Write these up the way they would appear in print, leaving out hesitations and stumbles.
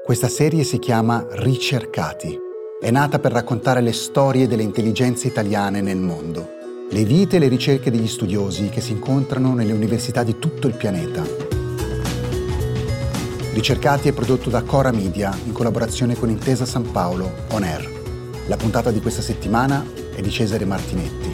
Questa serie si chiama Ricercati. È nata per raccontare le storie delle intelligenze italiane nel mondo, le vite e le ricerche degli studiosi che si incontrano nelle università di tutto il pianeta. Ricercati è prodotto da Cora Media in collaborazione con Intesa San Paolo On Air. La puntata di questa settimana è di Cesare Martinetti.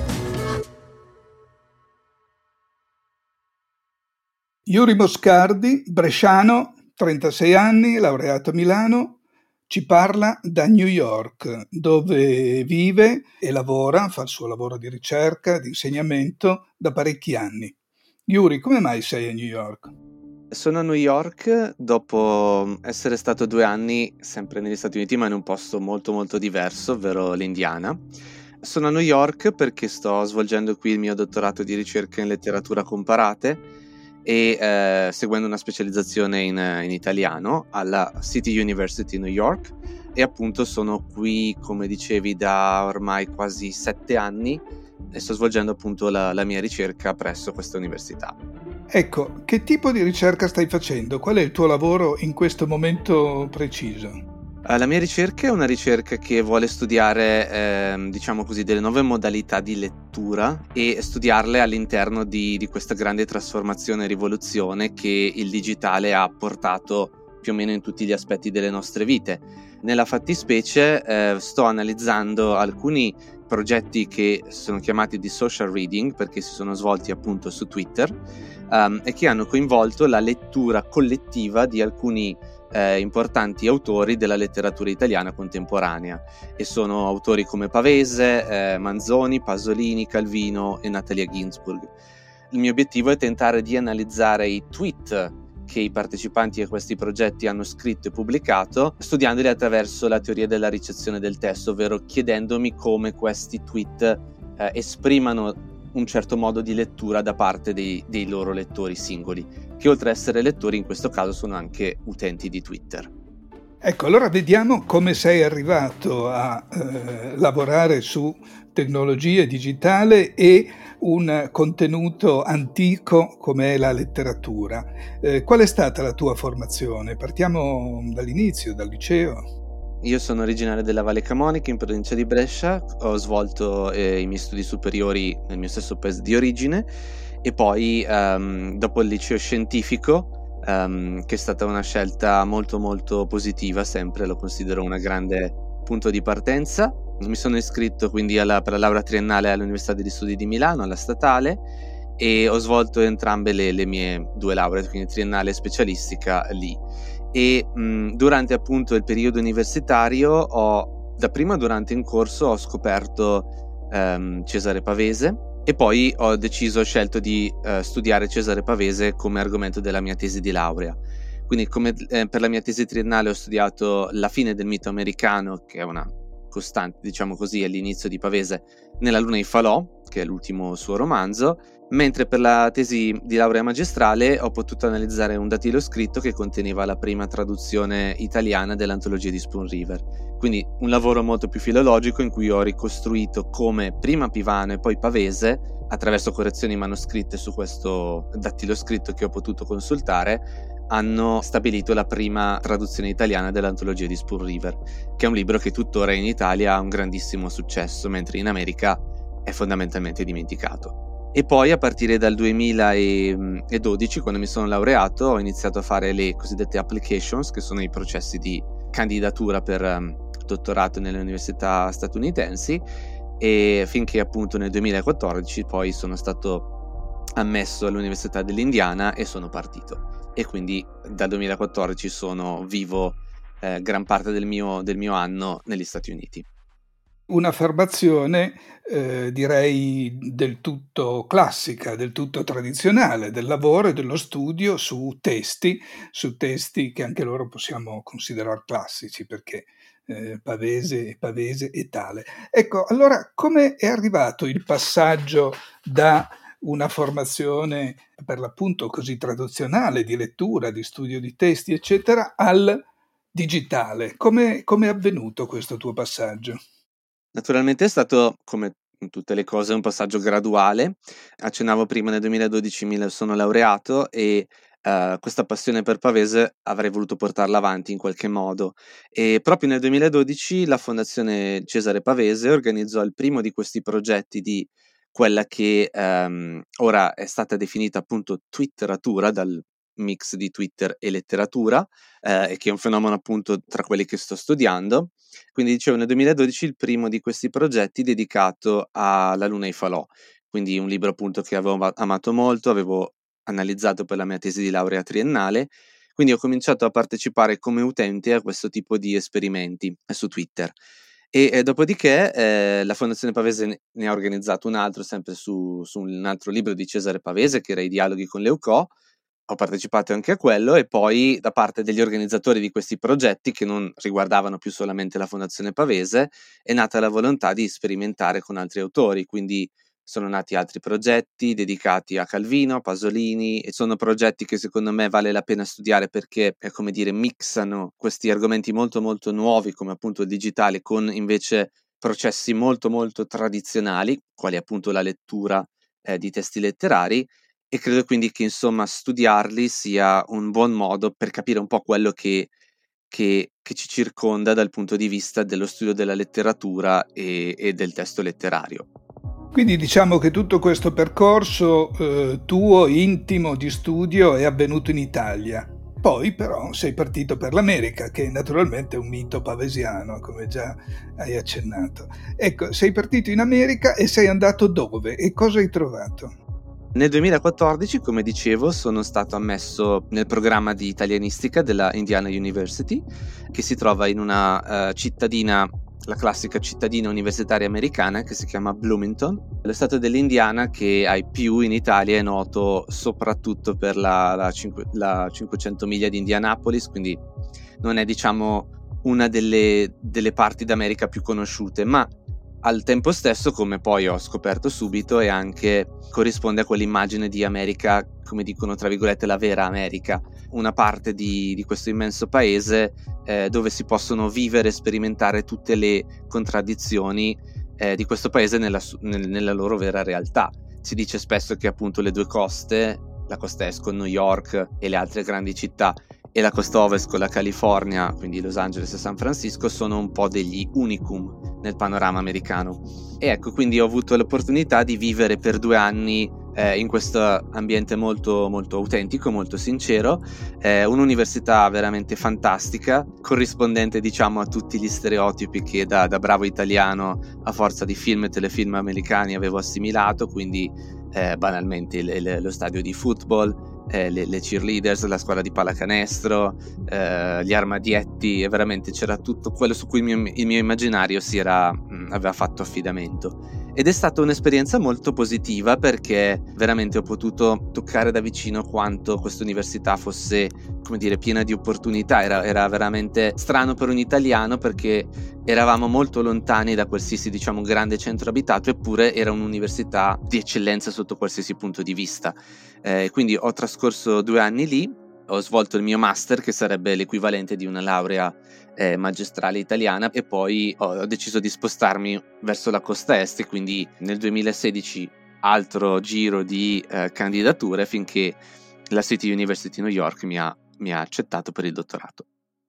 Yuri Moscardi, bresciano, 36 anni, laureato a Milano, ci parla da New York, dove vive e lavora, fa il suo lavoro di ricerca, di insegnamento da parecchi anni. Yuri, come mai sei a New York? Sono a New York dopo essere stato 2 anni sempre negli Stati Uniti, ma in un posto molto molto diverso, ovvero l'Indiana. Sono a New York perché sto svolgendo qui il mio dottorato di ricerca in letteratura comparate e seguendo una specializzazione in italiano alla City University New York, e appunto sono qui, come dicevi, da ormai quasi 7 anni e sto svolgendo appunto la mia ricerca presso questa università. Ecco, che tipo di ricerca stai facendo? Qual è il tuo lavoro in questo momento preciso? La mia ricerca è una ricerca che vuole studiare, diciamo così, delle nuove modalità di lettura e studiarle all'interno di questa grande trasformazione e rivoluzione che il digitale ha portato più o meno in tutti gli aspetti delle nostre vite. Nella fattispecie sto analizzando alcuni progetti che sono chiamati di social reading perché si sono svolti appunto su Twitter e che hanno coinvolto la lettura collettiva di alcuni importanti autori della letteratura italiana contemporanea, e sono autori come Pavese, Manzoni, Pasolini, Calvino e Natalia Ginzburg. Il mio obiettivo è tentare di analizzare i tweet che i partecipanti a questi progetti hanno scritto e pubblicato, studiandoli attraverso la teoria della ricezione del testo, ovvero chiedendomi come questi tweet esprimano un certo modo di lettura da parte dei loro lettori singoli, che oltre ad essere lettori in questo caso sono anche utenti di Twitter. Ecco, allora vediamo come sei arrivato a lavorare su tecnologia digitale e un contenuto antico come è la letteratura. Qual è stata la tua formazione? Partiamo dall'inizio, dal liceo. Io sono originario della Valle Camonica in provincia di Brescia, ho svolto i miei studi superiori nel mio stesso paese di origine e poi dopo il liceo scientifico, che è stata una scelta molto molto positiva, sempre lo considero un grande punto di partenza. Mi sono iscritto quindi per la laurea triennale all'Università degli Studi di Milano, alla Statale, e ho svolto entrambe le mie 2 lauree, quindi triennale e specialistica lì. E durante appunto il periodo universitario dapprima durante un corso ho scoperto Cesare Pavese e poi ho scelto di studiare Cesare Pavese come argomento della mia tesi di laurea. Quindi per la mia tesi triennale ho studiato la fine del mito americano, che è una costante, diciamo così, all'inizio di Pavese, nella Luna di Falò, che è l'ultimo suo romanzo, mentre per la tesi di laurea magistrale ho potuto analizzare un datiloscritto che conteneva la prima traduzione italiana dell'antologia di Spoon River. Quindi un lavoro molto più filologico in cui ho ricostruito come prima Pivano e poi Pavese, attraverso correzioni manoscritte su questo datiloscritto che ho potuto consultare, hanno stabilito la prima traduzione italiana dell'antologia di Spoon River, che è un libro che tuttora in Italia ha un grandissimo successo, mentre in America è fondamentalmente dimenticato. E poi a partire dal 2012, quando mi sono laureato, ho iniziato a fare le cosiddette applications, che sono i processi di candidatura per dottorato nelle università statunitensi, e finché appunto nel 2014 poi sono stato ammesso all'Università dell'Indiana e sono partito. E quindi dal 2014 vivo gran parte del mio anno negli Stati Uniti. Una formazione direi del tutto classica, del tutto tradizionale, del lavoro e dello studio su testi che anche loro possiamo considerare classici, perché Pavese e tale. Ecco, allora come è arrivato il passaggio da una formazione per l'appunto così tradizionale di lettura, di studio di testi, eccetera, al digitale? Come è avvenuto questo tuo passaggio? Naturalmente è stato, come in tutte le cose, un passaggio graduale. Accennavo prima, nel 2012 mi sono laureato e questa passione per Pavese avrei voluto portarla avanti in qualche modo. E proprio nel 2012 la Fondazione Cesare Pavese organizzò il primo di questi progetti di quella che ora è stata definita appunto Twitteratura, dal mix di Twitter e letteratura, e che è un fenomeno appunto tra quelli che sto studiando. Quindi dicevo, nel 2012 il primo di questi progetti dedicato alla Luna e ai falò, quindi un libro appunto che avevo amato molto, avevo analizzato per la mia tesi di laurea triennale, quindi ho cominciato a partecipare come utente a questo tipo di esperimenti su Twitter. E dopodiché la Fondazione Pavese ne ha organizzato un altro, sempre su un altro libro di Cesare Pavese, che era I dialoghi con Leucò. Ho partecipato anche a quello, e poi da parte degli organizzatori di questi progetti, che non riguardavano più solamente la Fondazione Pavese, è nata la volontà di sperimentare con altri autori, quindi sono nati altri progetti dedicati a Calvino, a Pasolini, e sono progetti che secondo me vale la pena studiare perché, come dire, mixano questi argomenti molto molto nuovi, come appunto il digitale, con invece processi molto molto tradizionali, quali appunto la lettura di testi letterari, e credo quindi che insomma studiarli sia un buon modo per capire un po' quello che ci circonda dal punto di vista dello studio della letteratura e del testo letterario. Quindi diciamo che tutto questo percorso tuo intimo di studio è avvenuto in Italia. Poi però sei partito per l'America, che naturalmente è un mito pavesiano, come già hai accennato. Ecco, sei partito in America e sei andato dove e cosa hai trovato? Nel 2014, come dicevo, sono stato ammesso nel programma di italianistica della Indiana University, che si trova in una cittadina, la classica cittadina universitaria americana, che si chiama Bloomington. Lo stato dell'Indiana, che ai più in Italia è noto soprattutto per la 500 miglia di Indianapolis, quindi non è, diciamo, una delle parti d'America più conosciute, ma al tempo stesso, come poi ho scoperto subito, è anche corrisponde a quell'immagine di America, come dicono tra virgolette la vera America, una parte di questo immenso paese dove si possono vivere e sperimentare tutte le contraddizioni di questo paese nella loro vera realtà. Si dice spesso che appunto le due coste, la costa est con New York e le altre grandi città, e la costa ovest con la California, quindi Los Angeles e San Francisco, sono un po' degli unicum nel panorama americano. E ecco, quindi ho avuto l'opportunità di vivere per 2 anni in questo ambiente molto molto autentico, molto sincero, un'università veramente fantastica, corrispondente diciamo a tutti gli stereotipi che da bravo italiano, a forza di film e telefilm americani, avevo assimilato, quindi banalmente lo stadio di football, le cheerleaders, la squadra di pallacanestro, gli armadietti, e veramente c'era tutto quello su cui il mio immaginario aveva fatto affidamento. Ed è stata un'esperienza molto positiva, perché veramente ho potuto toccare da vicino quanto questa università fosse, come dire, piena di opportunità. Era veramente strano per un italiano, perché eravamo molto lontani da qualsiasi, diciamo, grande centro abitato, eppure era un'università di eccellenza sotto qualsiasi punto di vista. Quindi ho trascorso 2 anni lì, ho svolto il mio master, che sarebbe l'equivalente di una laurea magistrale italiana, e poi ho deciso di spostarmi verso la costa est, e quindi nel 2016 altro giro di candidature, finché la City University New York mi ha accettato per il dottorato.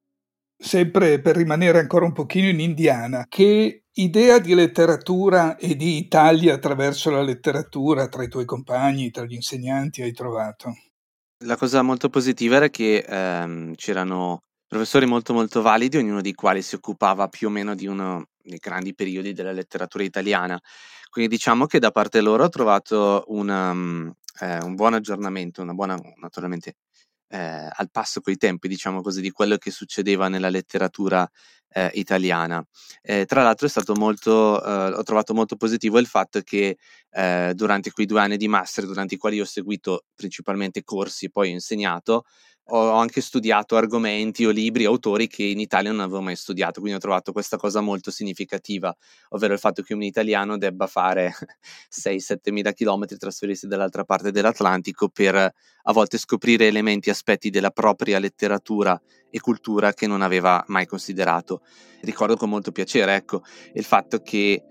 Sempre per rimanere ancora un pochino in Indiana, che idea di letteratura e di Italia attraverso la letteratura tra i tuoi compagni, tra gli insegnanti hai trovato? La cosa molto positiva era che c'erano professori molto molto validi, ognuno dei quali si occupava più o meno di uno dei grandi periodi della letteratura italiana. Quindi diciamo che da parte loro ho trovato un buon aggiornamento, una buona, naturalmente al passo coi tempi, diciamo così, di quello che succedeva nella letteratura italiana. Tra l'altro è stato ho trovato molto positivo il fatto che durante quei 2 anni di master, durante i quali ho seguito principalmente corsi e poi ho insegnato, ho anche studiato argomenti o libri, autori che in Italia non avevo mai studiato, quindi ho trovato questa cosa molto significativa, ovvero il fatto che un italiano debba fare 6-7 mila chilometri, trasferirsi dall'altra parte dell'Atlantico per a volte scoprire elementi, aspetti della propria letteratura e cultura che non aveva mai considerato. Ricordo con molto piacere, ecco, il fatto che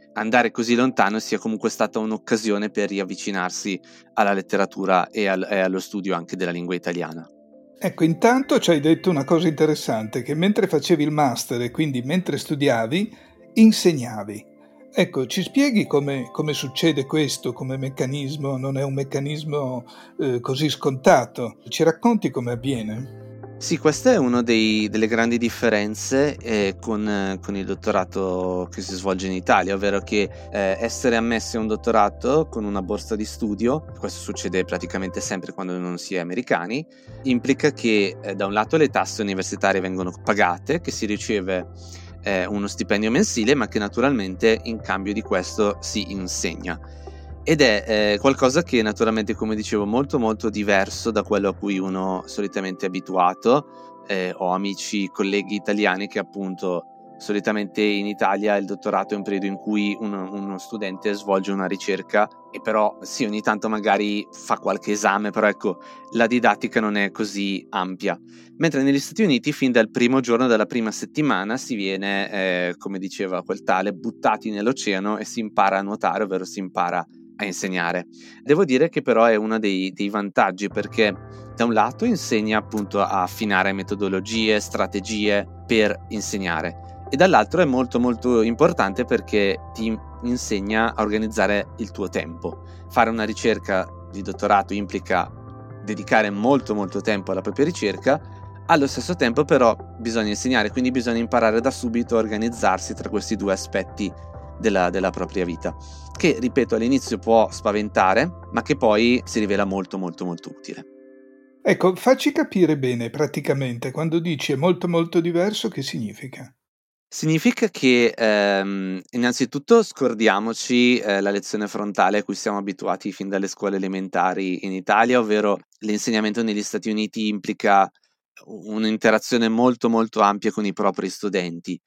andare così lontano sia comunque stata un'occasione per riavvicinarsi alla letteratura e allo studio anche della lingua italiana. Ecco, intanto ci hai detto una cosa interessante, che mentre facevi il master e quindi mentre studiavi, insegnavi. Ecco, ci spieghi come succede questo come meccanismo? Non è un meccanismo così scontato. Ci racconti come avviene? Sì, questa è una delle grandi differenze con il dottorato che si svolge in Italia, ovvero che essere ammessi a un dottorato con una borsa di studio, questo succede praticamente sempre quando non si è americani, implica che da un lato le tasse universitarie vengono pagate, che si riceve uno stipendio mensile, ma che naturalmente in cambio di questo si insegna. Ed è qualcosa che naturalmente, come dicevo, molto molto diverso da quello a cui uno solitamente è abituato. Ho amici, colleghi italiani che appunto solitamente in Italia il dottorato è un periodo in cui uno studente svolge una ricerca e però sì, ogni tanto magari fa qualche esame, però ecco, la didattica non è così ampia. Mentre negli Stati Uniti fin dal primo giorno della prima settimana si viene, come diceva quel tale, buttati nell'oceano e si impara a nuotare, ovvero si impara a insegnare. Devo dire che però è uno dei vantaggi, perché da un lato insegna appunto a affinare metodologie, strategie per insegnare, e dall'altro è molto molto importante perché ti insegna a organizzare il tuo tempo. Fare una ricerca di dottorato implica dedicare molto molto tempo alla propria ricerca, allo stesso tempo però bisogna insegnare, quindi bisogna imparare da subito a organizzarsi tra questi due aspetti della propria vita, che ripeto all'inizio può spaventare, ma che poi si rivela molto molto molto utile. Ecco, facci capire bene praticamente, quando dici è molto molto diverso, che significa? Significa che innanzitutto scordiamoci la lezione frontale a cui siamo abituati fin dalle scuole elementari in Italia, ovvero l'insegnamento negli Stati Uniti implica un'interazione molto molto ampia con i propri studenti.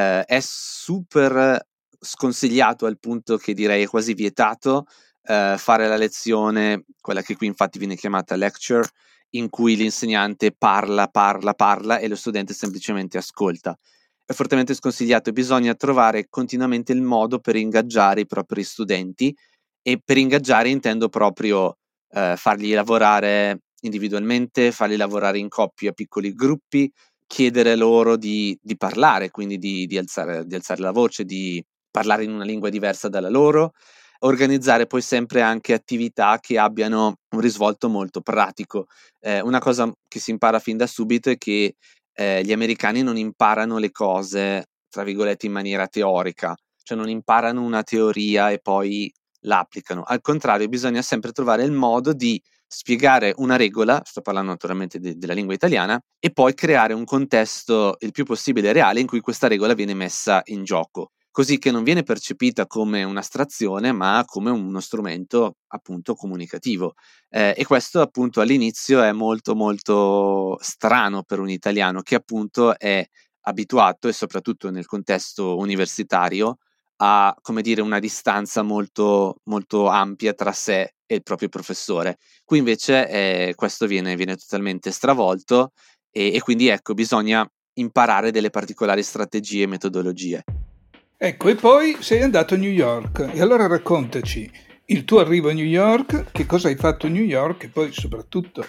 È super sconsigliato, al punto che direi è quasi vietato fare la lezione, quella che qui infatti viene chiamata lecture, in cui l'insegnante parla e lo studente semplicemente ascolta. È fortemente sconsigliato e bisogna trovare continuamente il modo per ingaggiare i propri studenti, e per ingaggiare intendo proprio farli lavorare individualmente, farli lavorare in coppie, a piccoli gruppi, chiedere loro di parlare, quindi di alzare la voce, di parlare in una lingua diversa dalla loro, organizzare poi sempre anche attività che abbiano un risvolto molto pratico. Una cosa che si impara fin da subito è che gli americani non imparano le cose, tra virgolette, in maniera teorica, cioè non imparano una teoria e poi la applicano. Al contrario, bisogna sempre trovare il modo di spiegare una regola, sto parlando naturalmente della lingua italiana, e poi creare un contesto il più possibile reale in cui questa regola viene messa in gioco, così che non viene percepita come un'astrazione, ma come uno strumento appunto comunicativo. E questo appunto all'inizio è molto molto strano per un italiano che appunto è abituato, e soprattutto nel contesto universitario, a, come dire, una distanza molto molto ampia tra sé e il proprio professore. Qui invece questo viene totalmente stravolto, e quindi ecco, bisogna imparare delle particolari strategie e metodologie. Ecco, e poi sei andato a New York, e allora raccontaci il tuo arrivo a New York, che cosa hai fatto a New York, e poi soprattutto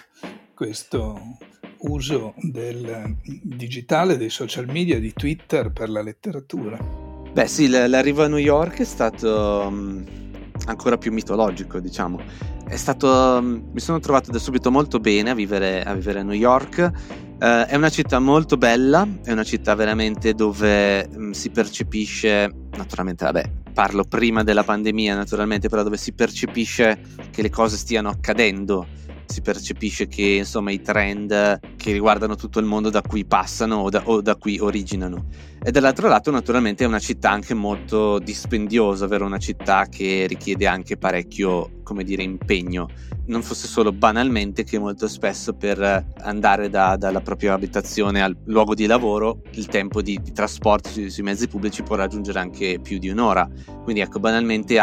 questo uso del digitale, dei social media, di Twitter per la letteratura. Beh sì, l'arrivo a New York è stato ancora più mitologico, diciamo. Mi sono trovato da subito molto bene a vivere a New York. È una città molto bella, è una città veramente dove si percepisce, naturalmente, vabbè, parlo prima della pandemia naturalmente, però dove si percepisce che le cose stiano accadendo, si percepisce che insomma i trend che riguardano tutto il mondo da cui passano o da cui originano. E dall'altro lato naturalmente è una città anche molto dispendiosa, ovvero una città che richiede anche parecchio, come dire, impegno. Non fosse solo banalmente che molto spesso per andare dalla propria abitazione al luogo di lavoro il tempo di trasporto sui mezzi pubblici può raggiungere anche più di un'ora. Quindi ecco, banalmente ha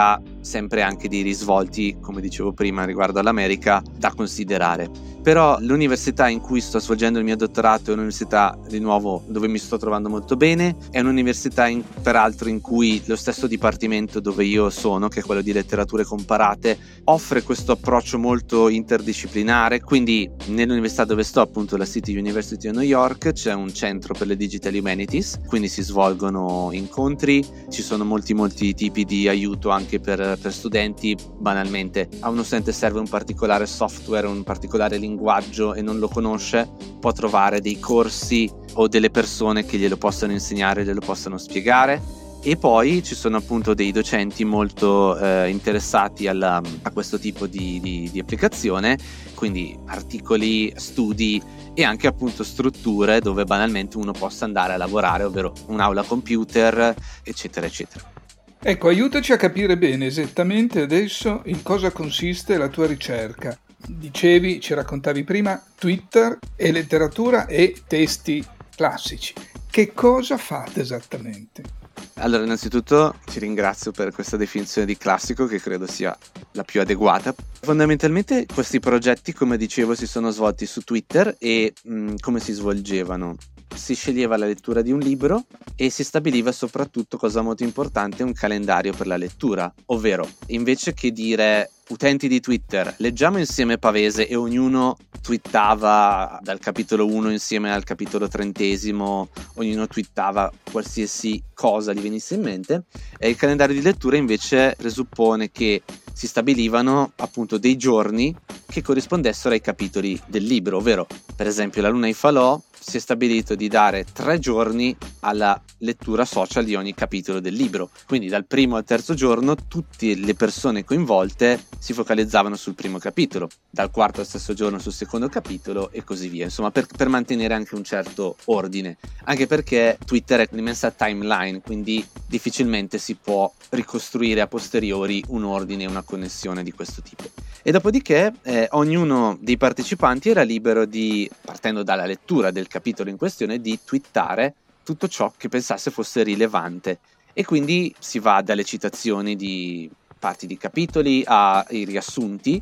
sempre anche dei risvolti, come dicevo prima, riguardo all'America da considerare. Però l'università in cui sto svolgendo il mio dottorato è un'università, di nuovo, dove mi sto trovando molto bene, è un'università peraltro in cui lo stesso dipartimento dove io sono, che è quello di letterature comparate, offre questo approccio molto interdisciplinare. Quindi nell'università dove sto, appunto la City University of New York, c'è un centro per le Digital Humanities, quindi si svolgono incontri, ci sono molti tipi di aiuto anche per studenti. Banalmente, a uno studente serve un particolare software, un particolare linguaggio e non lo conosce, può trovare dei corsi o delle persone che glielo possano insegnare, glielo possano spiegare. E poi ci sono appunto dei docenti molto interessati a questo tipo di applicazione, quindi articoli, studi e anche appunto strutture dove banalmente uno possa andare a lavorare, ovvero un'aula computer, eccetera eccetera. Ecco, aiutaci a capire bene esattamente adesso in cosa consiste la tua ricerca. Dicevi, ci raccontavi prima, Twitter e letteratura e testi classici. Che cosa fate esattamente? Allora, innanzitutto ti ringrazio per questa definizione di classico, che credo sia la più adeguata. Fondamentalmente questi progetti, come dicevo, si sono svolti su Twitter e come si svolgevano? Si sceglieva la lettura di un libro e si stabiliva soprattutto, cosa molto importante, un calendario per la lettura, ovvero invece che dire utenti di Twitter leggiamo insieme Pavese e ognuno twittava dal capitolo 1 insieme al capitolo 30, ognuno twittava qualsiasi cosa gli venisse in mente, e il calendario di lettura invece presuppone che si stabilivano appunto dei giorni che corrispondessero ai capitoli del libro, ovvero per esempio La Luna e i Falò si è stabilito di dare 3 giorni alla lettura social di ogni capitolo del libro, quindi dal primo al terzo giorno tutte le persone coinvolte si focalizzavano sul primo capitolo, dal quarto al sesto giorno sul secondo capitolo e così via, insomma per mantenere anche un certo ordine, anche perché Twitter è un'immensa timeline, quindi difficilmente si può ricostruire a posteriori un ordine e una connessione di questo tipo. E dopodiché ognuno dei partecipanti era libero di, partendo dalla lettura del capitolo in questione, di twittare tutto ciò che pensasse fosse rilevante, e quindi si va dalle citazioni di parti di capitoli ai riassunti,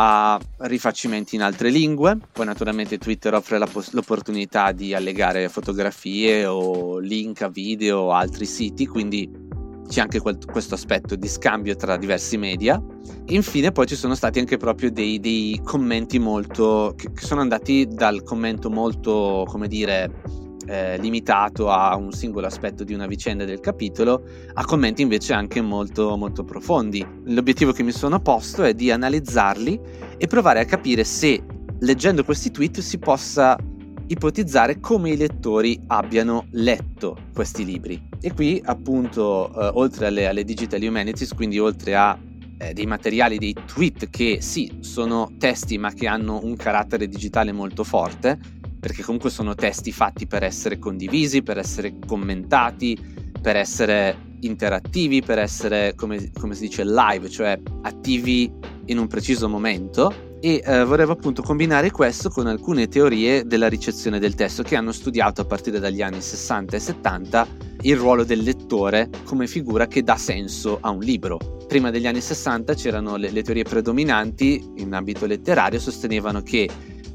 a rifacimenti in altre lingue. Poi naturalmente Twitter offre l'opportunità di allegare fotografie o link a video o altri siti, quindi c'è anche questo aspetto di scambio tra diversi media. Infine poi ci sono stati anche proprio dei commenti molto che sono andati dal commento molto, come dire, limitato a un singolo aspetto di una vicenda del capitolo, a commenti invece anche molto molto profondi. L'obiettivo che mi sono posto è di analizzarli e provare a capire se, leggendo questi tweet, si possa ipotizzare come i lettori abbiano letto questi libri. E qui appunto oltre alle Digital Humanities, quindi oltre a dei materiali, dei tweet che sì, sono testi ma che hanno un carattere digitale molto forte, perché comunque sono testi fatti per essere condivisi, per essere commentati, per essere interattivi, per essere, come si dice, live, cioè attivi in un preciso momento. E volevo appunto combinare questo con alcune teorie della ricezione del testo che hanno studiato a partire dagli anni 60 e 70 il ruolo del lettore come figura che dà senso a un libro. Prima degli anni 60 c'erano le teorie predominanti in ambito letterario, sostenevano che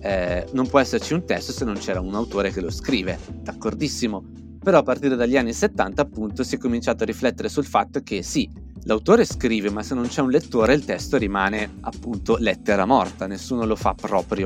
non può esserci un testo se non c'era un autore che lo scrive, d'accordissimo, però a partire dagli anni 70 appunto si è cominciato a riflettere sul fatto che sì, l'autore scrive, ma se non c'è un lettore il testo rimane appunto lettera morta, nessuno lo fa proprio.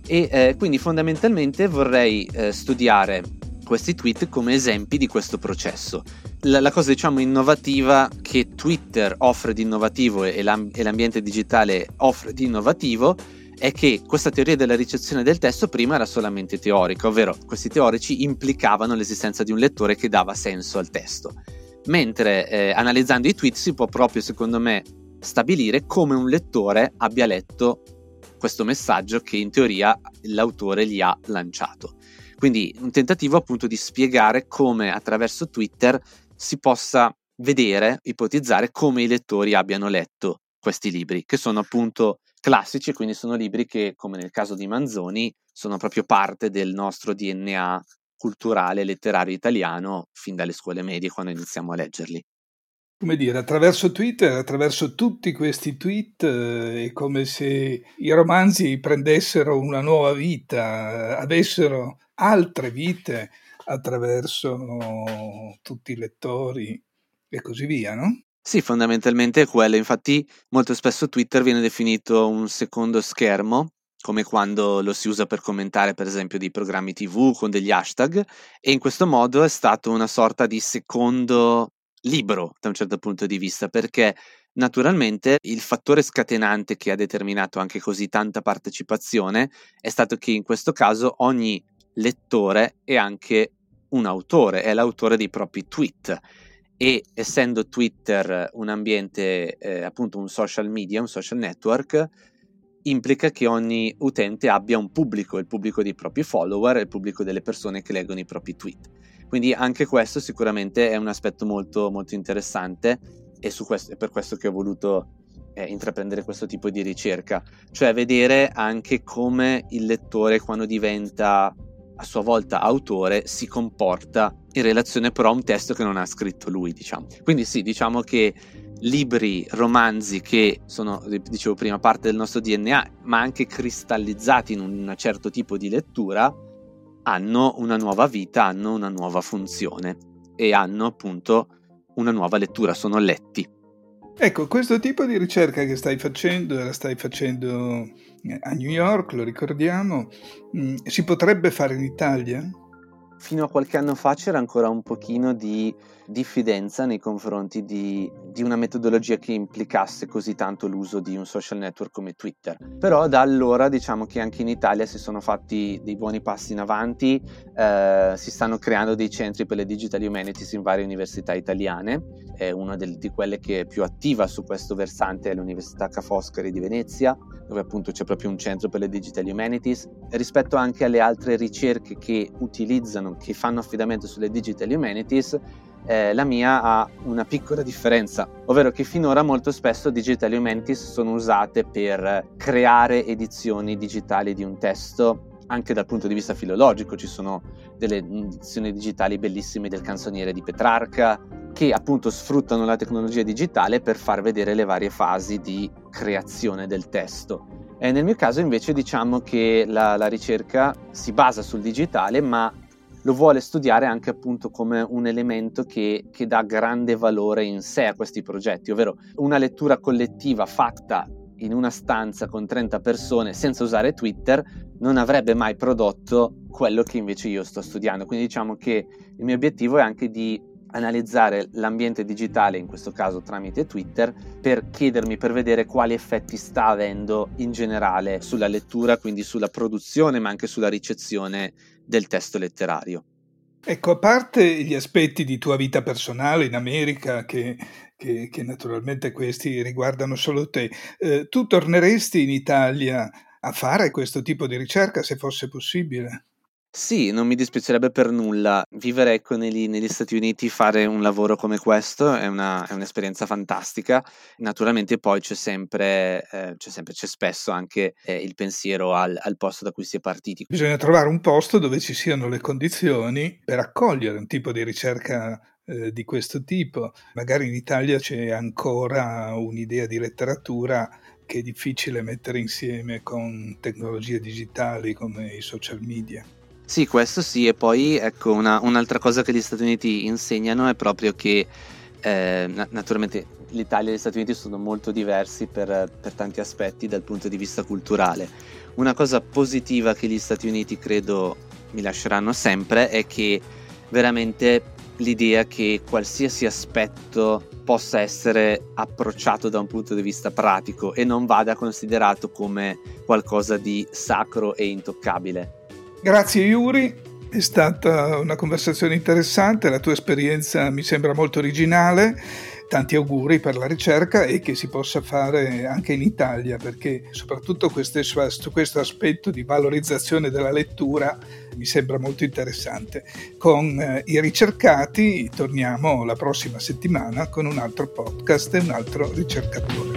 E quindi fondamentalmente vorrei studiare questi tweet come esempi di questo processo. La cosa diciamo innovativa che Twitter offre di innovativo e l'ambiente digitale offre di innovativo è che questa teoria della ricezione del testo prima era solamente teorica, ovvero questi teorici implicavano l'esistenza di un lettore che dava senso al testo. Mentre analizzando i tweet si può proprio, secondo me, stabilire come un lettore abbia letto questo messaggio che in teoria l'autore gli ha lanciato. Quindi un tentativo appunto di spiegare come attraverso Twitter si possa vedere, ipotizzare come i lettori abbiano letto questi libri, che sono appunto classici, quindi sono libri che, come nel caso di Manzoni, sono proprio parte del nostro DNA culturale letterario italiano fin dalle scuole medie, quando iniziamo a leggerli. come dire, attraverso Twitter, attraverso tutti questi tweet, è come se i romanzi prendessero una nuova vita, avessero altre vite attraverso tutti i lettori e così via, no? Sì, fondamentalmente è quello. Infatti molto spesso Twitter viene definito un secondo schermo, come quando lo si usa per commentare per esempio dei programmi TV con degli hashtag, e in questo modo è stato una sorta di secondo libro da un certo punto di vista, perché naturalmente il fattore scatenante che ha determinato anche così tanta partecipazione è stato che in questo caso ogni lettore è anche un autore, è l'autore dei propri tweet. E essendo Twitter un ambiente, appunto un social media, un social network, implica che ogni utente abbia un pubblico, il pubblico dei propri follower, il pubblico delle persone che leggono i propri tweet. Quindi anche questo sicuramente è un aspetto molto, molto interessante, e è per questo che ho voluto intraprendere questo tipo di ricerca, cioè vedere anche come il lettore, quando diventa a sua volta autore, si comporta in relazione però a un testo che non ha scritto lui, diciamo. Quindi sì, diciamo che libri, romanzi che sono, dicevo prima, parte del nostro DNA, ma anche cristallizzati in un certo tipo di lettura, hanno una nuova vita, hanno una nuova funzione e hanno appunto una nuova lettura, sono letti. Ecco, questo tipo di ricerca che stai facendo, la stai facendo a New York, lo ricordiamo, si potrebbe fare in Italia? Fino a qualche anno fa c'era ancora un pochino di diffidenza nei confronti di una metodologia che implicasse così tanto l'uso di un social network come Twitter. Però da allora diciamo che anche in Italia si sono fatti dei buoni passi in avanti, si stanno creando dei centri per le digital humanities in varie università italiane. Una di quelle che è più attiva su questo versante è l'Università Ca' Foscari di Venezia, dove appunto c'è proprio un centro per le digital humanities. Rispetto anche alle altre ricerche che fanno affidamento sulle digital humanities, la mia ha una piccola differenza, ovvero che finora molto spesso digital humanities sono usate per creare edizioni digitali di un testo. Anche dal punto di vista filologico ci sono delle edizioni digitali bellissime del Canzoniere di Petrarca, che appunto sfruttano la tecnologia digitale per far vedere le varie fasi di creazione del testo. E nel mio caso invece diciamo che la ricerca si basa sul digitale, ma lo vuole studiare anche appunto come un elemento che dà grande valore in sé a questi progetti, ovvero una lettura collettiva fatta in una stanza con 30 persone senza usare Twitter non avrebbe mai prodotto quello che invece io sto studiando. Quindi diciamo che il mio obiettivo è anche di analizzare l'ambiente digitale, in questo caso tramite Twitter, per vedere quali effetti sta avendo in generale sulla lettura, quindi sulla produzione ma anche sulla ricezione del testo letterario. Ecco, a parte gli aspetti di tua vita personale in America che naturalmente questi riguardano solo te, tu torneresti in Italia a fare questo tipo di ricerca se fosse possibile? Sì, non mi dispiacerebbe per nulla. Vivere negli Stati Uniti, fare un lavoro come questo è un'esperienza fantastica. Naturalmente poi c'è spesso anche il pensiero al posto da cui si è partiti. Bisogna trovare un posto dove ci siano le condizioni per accogliere un tipo di ricerca di questo tipo. Magari in Italia c'è ancora un'idea di letteratura che è difficile mettere insieme con tecnologie digitali come i social media. Sì, questo sì, e poi ecco un'altra cosa che gli Stati Uniti insegnano è proprio che naturalmente l'Italia e gli Stati Uniti sono molto diversi per tanti aspetti dal punto di vista culturale. Una cosa positiva che gli Stati Uniti credo mi lasceranno sempre è che veramente l'idea che qualsiasi aspetto possa essere approcciato da un punto di vista pratico e non vada considerato come qualcosa di sacro e intoccabile. Grazie Yuri, è stata una conversazione interessante, la tua esperienza mi sembra molto originale, tanti auguri per la ricerca e che si possa fare anche in Italia, perché soprattutto questo aspetto di valorizzazione della lettura mi sembra molto interessante. Con i ricercati torniamo la prossima settimana con un altro podcast e un altro ricercatore.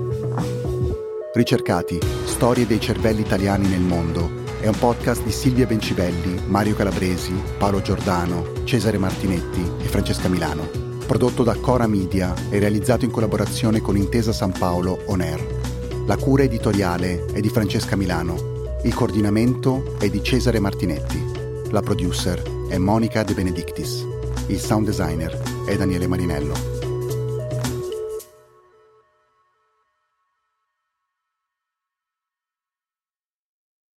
Ricercati, storie dei cervelli italiani nel mondo. È un podcast di Silvia Bencivelli, Mario Calabresi, Paolo Giordano, Cesare Martinetti e Francesca Milano. prodotto da Cora Media e realizzato in collaborazione con Intesa San Paolo On Air. La cura editoriale è di Francesca Milano, il coordinamento è di Cesare Martinetti, la producer è Monica De Benedictis, il sound designer è Daniele Marinello.